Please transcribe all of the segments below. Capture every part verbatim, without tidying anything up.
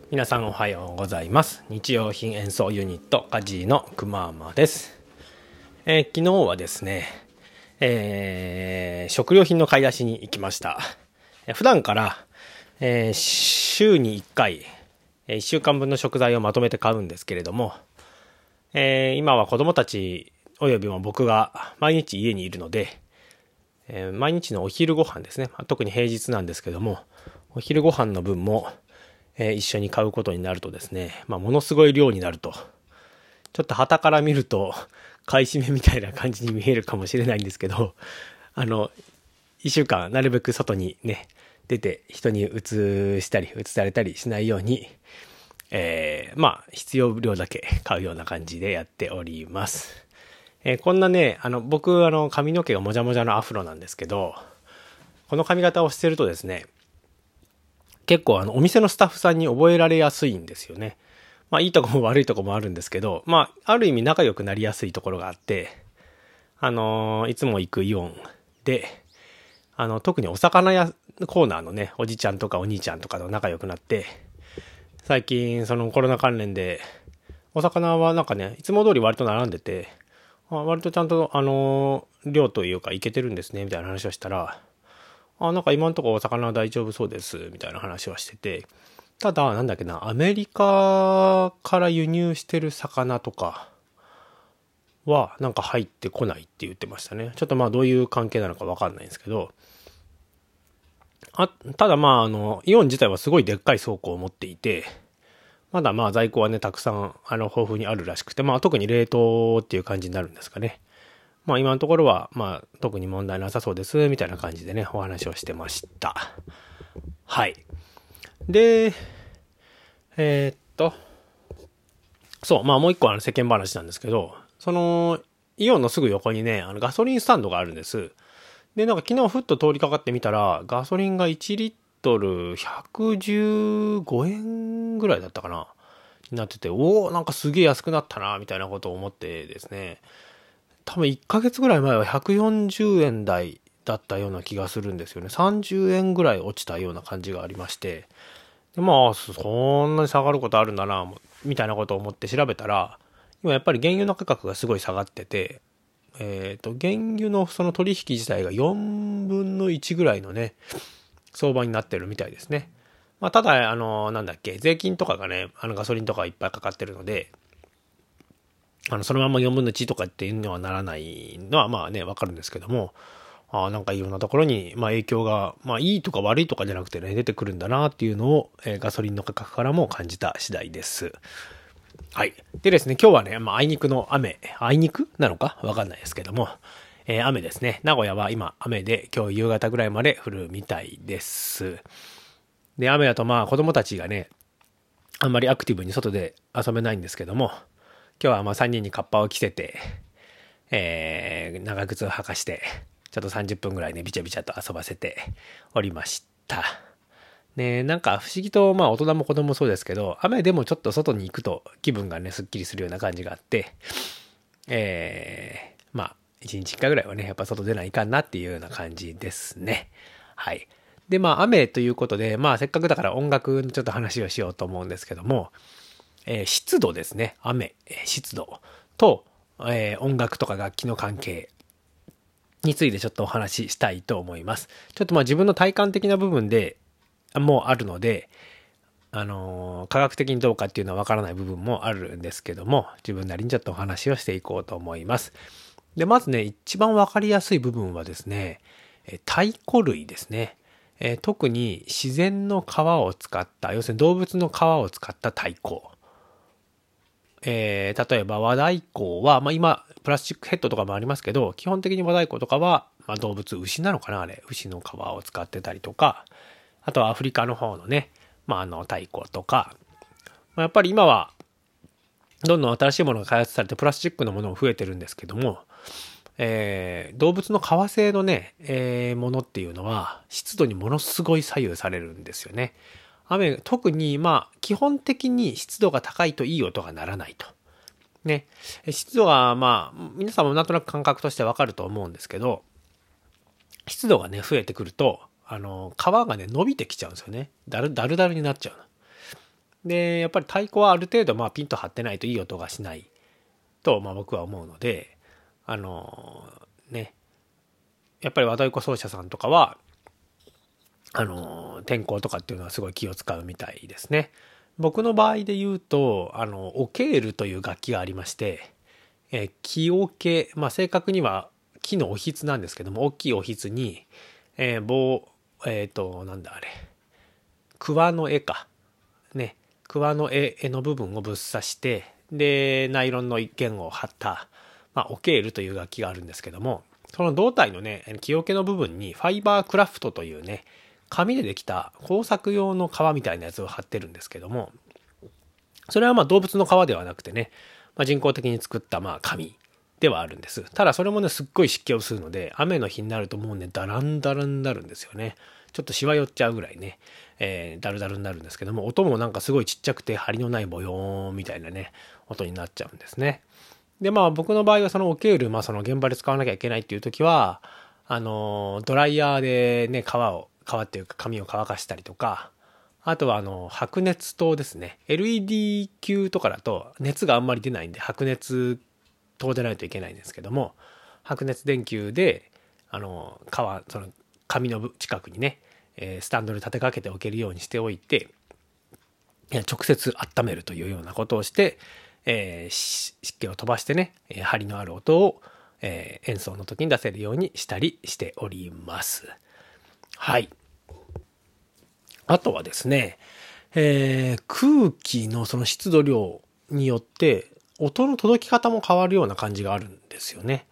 皆さんおはようございます。日用品演奏ユニットカジーのくまーまです。えー、昨日はですね、えー、食料品の買い出しに行きました。えー、普段から、えー、週にいっかい、えー、いっしゅうかんぶんの食材をまとめて買うんですけれども、えー、今は子供たちおよびも僕が毎日家にいるので、えー、毎日のお昼ご飯ですね、特に平日なんですけども、お昼ご飯の分もえー、一緒に買うことになるとですね、まあ、ものすごい量になると、ちょっと傍から見ると買い占めみたいな感じに見えるかもしれないんですけど、あのいっしゅうかんなるべく外にね出て人に移したり移されたりしないように、えー、まあ必要量だけ買うような感じでやっております。えー、こんなね、あの僕あの髪の毛がもじゃもじゃのアフロなんですけど、この髪型をしてるとですね、結構あのお店のスタッフさんに覚えられやすいんですよね。まあいいとこも悪いとこもあるんですけど、まあある意味仲良くなりやすいところがあって、あのー、いつも行くイオンで、あの特にお魚屋コーナーのね、おじちゃんとかお兄ちゃんとかと仲良くなって、最近そのコロナ関連でお魚はなんかね、いつも通り割と並んでて、あ割とちゃんとあのー、量というかいけてるんですねみたいな話をしたら、あ、なんか今んとこお魚は大丈夫そうですみたいな話はしてて、ただなんだっけな、アメリカから輸入してる魚とかはなんか入ってこないって言ってましたね。ちょっとまあどういう関係なのかわかんないんですけど、あただまああのイオン自体はすごいでっかい倉庫を持っていて、まだまあ在庫はねたくさんあの豊富にあるらしくて、まあ特に冷凍っていう感じになるんですかね。まあ今のところはまあ特に問題なさそうですみたいな感じでねお話をしてました。はい。で、えー、っとそうまあもう一個あの世間話なんですけど、そのイオンのすぐ横にねあのガソリンスタンドがあるんです。でなんか昨日ふっと通りかかってみたらガソリンがいちリットルひゃくじゅうごえんぐらいだったかなになってて、おおなんかすげえ安くなったなみたいなことを思ってですね、多分いっかげつぐらい前はひゃくよんじゅうえん台だったような気がするんですよね。さんじゅうえんぐらい落ちたような感じがありまして、でまあそんなに下がることあるんだなみたいなことを思って調べたら、今やっぱり原油の価格がすごい下がってて、えっと原油のその取引自体がよんぶんのいちぐらいのね相場になってるみたいですね。まあただあのなんだっけ、税金とかがねあのガソリンとかいっぱいかかってるので、あのそのままよんぶんのいちとかっていうのはならないのはまあねわかるんですけども、あなんかいろんなところにまあ影響がまあいいとか悪いとかじゃなくてね出てくるんだなっていうのを、えー、ガソリンの価格からも感じた次第です。はい。でですね、今日はね、まあ、あいにくの雨、あいにくなのかわかんないですけども、えー、雨ですね。名古屋は今雨で今日夕方ぐらいまで降るみたいです。で、雨だとまあ子供たちがね、あんまりアクティブに外で遊べないんですけども、今日はまあさんにんにカッパを着せて、えー、長靴を履かして、ちょっとさんじゅっぷんぐらいね、ビチャビチャと遊ばせておりました。ね、なんか不思議と、まあ大人も子供もそうですけど、雨でもちょっと外に行くと気分がね、すっきりするような感じがあって、えー、まあ、一日一回ぐらいはね、やっぱ外出ないかんなっていうような感じですね。はい。で、まあ雨ということで、まあせっかくだから音楽のちょっと話をしようと思うんですけども、えー、湿度ですね。雨、湿度と、えー、音楽とか楽器の関係についてちょっとお話ししたいと思います。ちょっとまあ自分の体感的な部分でもうあるので、あのー、科学的にどうかっていうのはわからない部分もあるんですけども、自分なりにちょっとお話をしていこうと思います。で、まずね、一番わかりやすい部分はですね、太古類ですね。えー、特に自然の皮を使った、要するに動物の皮を使った太鼓。えー、例えば和太鼓は、まあ、今プラスチックヘッドとかもありますけど、基本的に和太鼓とかは、まあ、動物、牛なのかなあれ、牛の皮を使ってたりとか、あとはアフリカの方のね、まあ、あの太鼓とか、まあ、やっぱり今はどんどん新しいものが開発されてプラスチックのものも増えてるんですけども、えー、動物の革製のね、えー、ものっていうのは湿度にものすごい左右されるんですよね。雨、特にまあ基本的に湿度が高いといい音が鳴らないと。ね。湿度はまあ皆さんもなんとなく感覚としてわかると思うんですけど、湿度がね増えてくると、あの皮がね伸びてきちゃうんですよね。だるだるだるになっちゃう。 で、やっぱり太鼓はある程度まあピンと張ってないといい音がしないと、まあ、僕は思うので、あのー、ね、やっぱり和太鼓奏者さんとかは、あのー、天候とかっていうのはすごい気を使うみたいですね。僕の場合で言うと、あの、オケールという楽器がありまして、えー、木桶、まあ正確には木のおひつなんですけども、大きいおひつに、えー、棒、えっと、なんだあれ、桑の絵か。ね、桑の絵、絵の部分をぶっ刺して、で、ナイロンの弦を張った、まあ、オケールという楽器があるんですけども、その胴体のね、木桶の部分にファイバークラフトというね、紙でできた工作用の皮みたいなやつを貼ってるんですけども、それはまあ動物の皮ではなくてね、まあ、人工的に作ったまあ紙ではあるんです。ただそれもね、すっごい湿気を吸うので、雨の日になるともうね、ダランダランになるんですよね。ちょっとしわ寄っちゃうぐらいね、えー、ダルダルになるんですけども、音もなんかすごいちっちゃくて張りのないボヨーンみたいなね、音になっちゃうんですね。で、まあ僕の場合はそのオケール、まあその現場で使わなきゃいけないっていう時は、あの、ドライヤーでね、皮を、皮っていうか紙を乾かしたりとか、あとはあの、白熱灯ですね。エルイーディー 級とかだと熱があんまり出ないんで、白熱灯でないといけないんですけども、白熱電球で、あの、皮、その紙の近くにね、スタンドに立てかけておけるようにしておいて、直接温めるというようなことをして、えー、湿気を飛ばしてね、張りのある音を、えー、演奏の時に出せるようにしたりしております。はい。あとはですね、えー、空気のその湿度量によって音の届き方も変わるような感じがあるんですよね。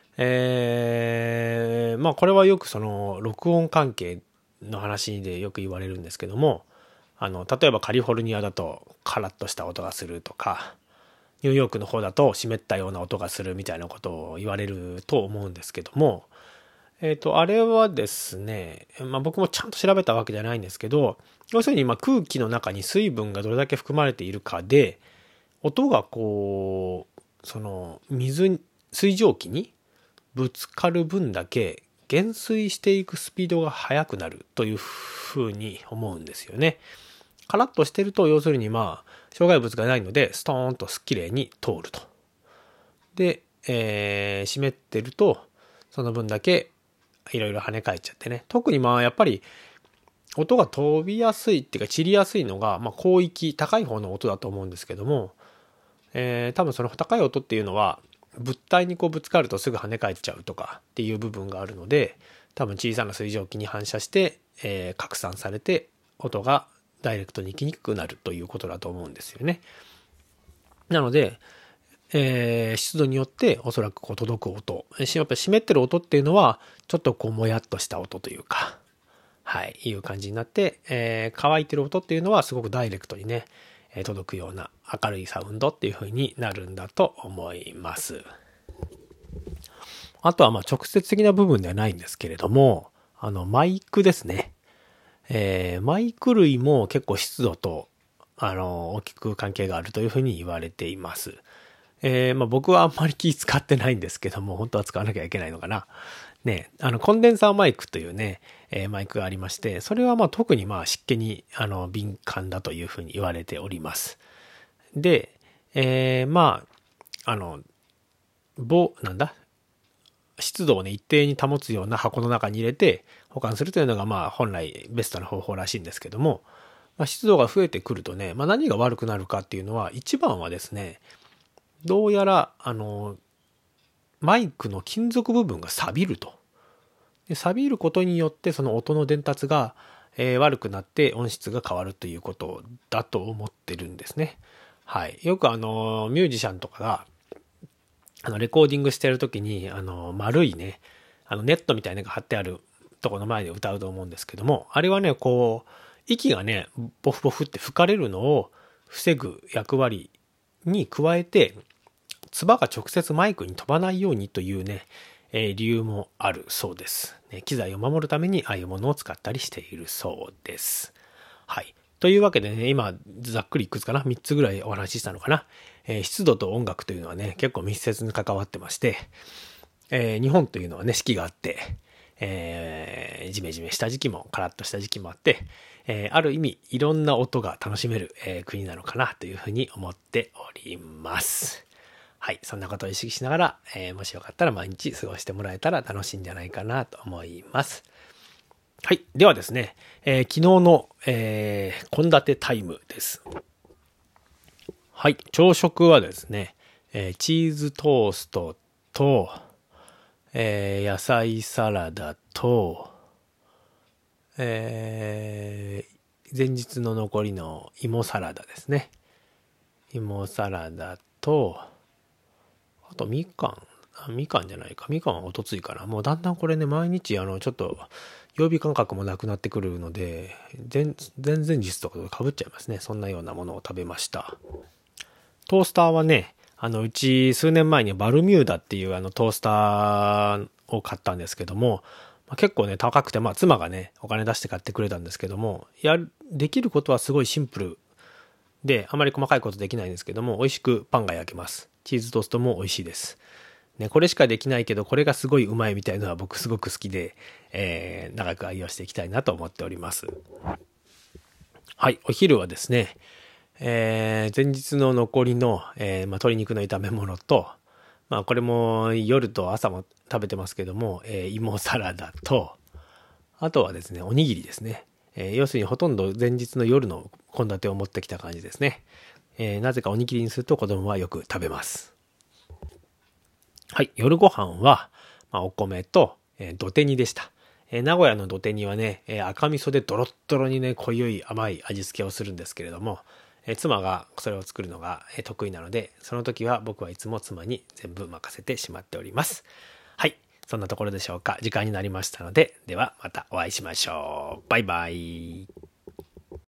えー、まあこれはよくその録音関係の話でよく言われるんですけども、あの例えばカリフォルニアだとカラッとした音がするとか、ニューヨークの方だと湿ったような音がするみたいなことを言われると思うんですけども、えっとあれはですね、まあ僕もちゃんと調べたわけじゃないんですけど、要するにまあ空気の中に水分がどれだけ含まれているかで、音がこうその水水蒸気にぶつかる分だけ減衰していくスピードが速くなるというふうに思うんですよね。カラッとしてると要するにまあ障害物がないのでストーンときれいに通ると。で、えー、湿ってるとその分だけいろいろ跳ね返っちゃってね。特にまあやっぱり音が飛びやすいっていうか散りやすいのが、まあ、広域高い方の音だと思うんですけども、えー、多分その高い音っていうのは物体にこうぶつかるとすぐ跳ね返っちゃうとかっていう部分があるので、多分小さな水蒸気に反射して、えー、拡散されて音がダイレクトに行きにくくなるということだと思うんですよね。なので、えー、湿度によっておそらくこう届く音、やっぱり湿ってる音っていうのはちょっとこうもやっとした音というか、はい、いう感じになって、えー、乾いてる音っていうのはすごくダイレクトにね、届くような明るいサウンドっていう風になるんだと思います。あとはまあ直接的な部分ではないんですけれども、あのマイクですね。えー、マイク類も結構湿度とあの大きく関係があるというふうに言われています。えー、まあ僕はあんまり気使ってないんですけども、本当は使わなきゃいけないのかな。ね、あのコンデンサーマイクというね、えー、マイクがありまして、それはまあ特にまあ湿気にあの敏感だというふうに言われております。で、えー、まああの棒なんだ湿度をね一定に保つような箱の中に入れて保管するというのがまあ本来ベストな方法らしいんですけども、まあ、湿度が増えてくるとね、まあ、何が悪くなるかっていうのは、一番はですね、どうやらあのマイクの金属部分が錆びると。で錆びることによってその音の伝達が、えー、悪くなって音質が変わるということだと思ってるんですね。はい。よくあのミュージシャンとかがあのレコーディングしてる時にあの丸いねあのネットみたいなのが貼ってあるところの前で歌うと思うんですけども、あれはねこう息がねボフボフって吹かれるのを防ぐ役割に加えて、唾が直接マイクに飛ばないようにというね、えー、理由もあるそうです、ね。機材を守るためにああいうものを使ったりしているそうです。はい。というわけでね、今ざっくりいくつかなみっつぐらいお話ししたのかな。えー、湿度と音楽というのはね結構密接に関わってまして、えー、日本というのはね四季があって、 えー、ジメジメした時期もカラッとした時期もあって、えー、ある意味いろんな音が楽しめる、えー、国なのかなというふうに思っております。はい、そんなことを意識しながら、えー、もしよかったら毎日過ごしてもらえたら楽しいんじゃないかなと思います。はい、ではですね、えー、昨日の献立、えー、タイムです。はい、朝食はですね、えー、チーズトーストと、えー、野菜サラダと、えー、前日の残りの芋サラダですね。芋サラダと、あとみかん、あみかんじゃないか。みかんはおとついかな。もうだんだんこれね、毎日あの、ちょっと、曜日感覚もなくなってくるので、前前々日とかと被っちゃいますね。そんなようなものを食べました。トースターはね、あの、うち数年前にバルミューダっていうあのトースターを買ったんですけども、まあ、結構ね、高くて、まあ、妻がね、お金出して買ってくれたんですけども、やる、できることはすごいシンプルで、あまり細かいことできないんですけども、美味しくパンが焼けます。チーズトーストも美味しいです。ね、これしかできないけど、これがすごいうまいみたいなのは僕すごく好きで、えー、長く愛用していきたいなと思っております。はい、お昼はですね、えー、前日の残りの、えーまあ、鶏肉の炒め物と、まあこれも夜と朝も食べてますけども、えー、芋サラダと、あとはですね、おにぎりですね。えー、要するにほとんど前日の夜の献立を持ってきた感じですね。えー、なぜかおにぎりにすると子供はよく食べます。はい、夜ご飯は、まあ、お米と、えー、土手煮でした。えー、名古屋の土手煮はね、えー、赤味噌でドロッドロにね、濃ゆい甘い味付けをするんですけれども、えー、妻がそれを作るのが、えー、得意なので、その時は僕はいつも妻に全部任せてしまっております。はい、そんなところでしょうか。時間になりましたので、ではまたお会いしましょう。バイバイ。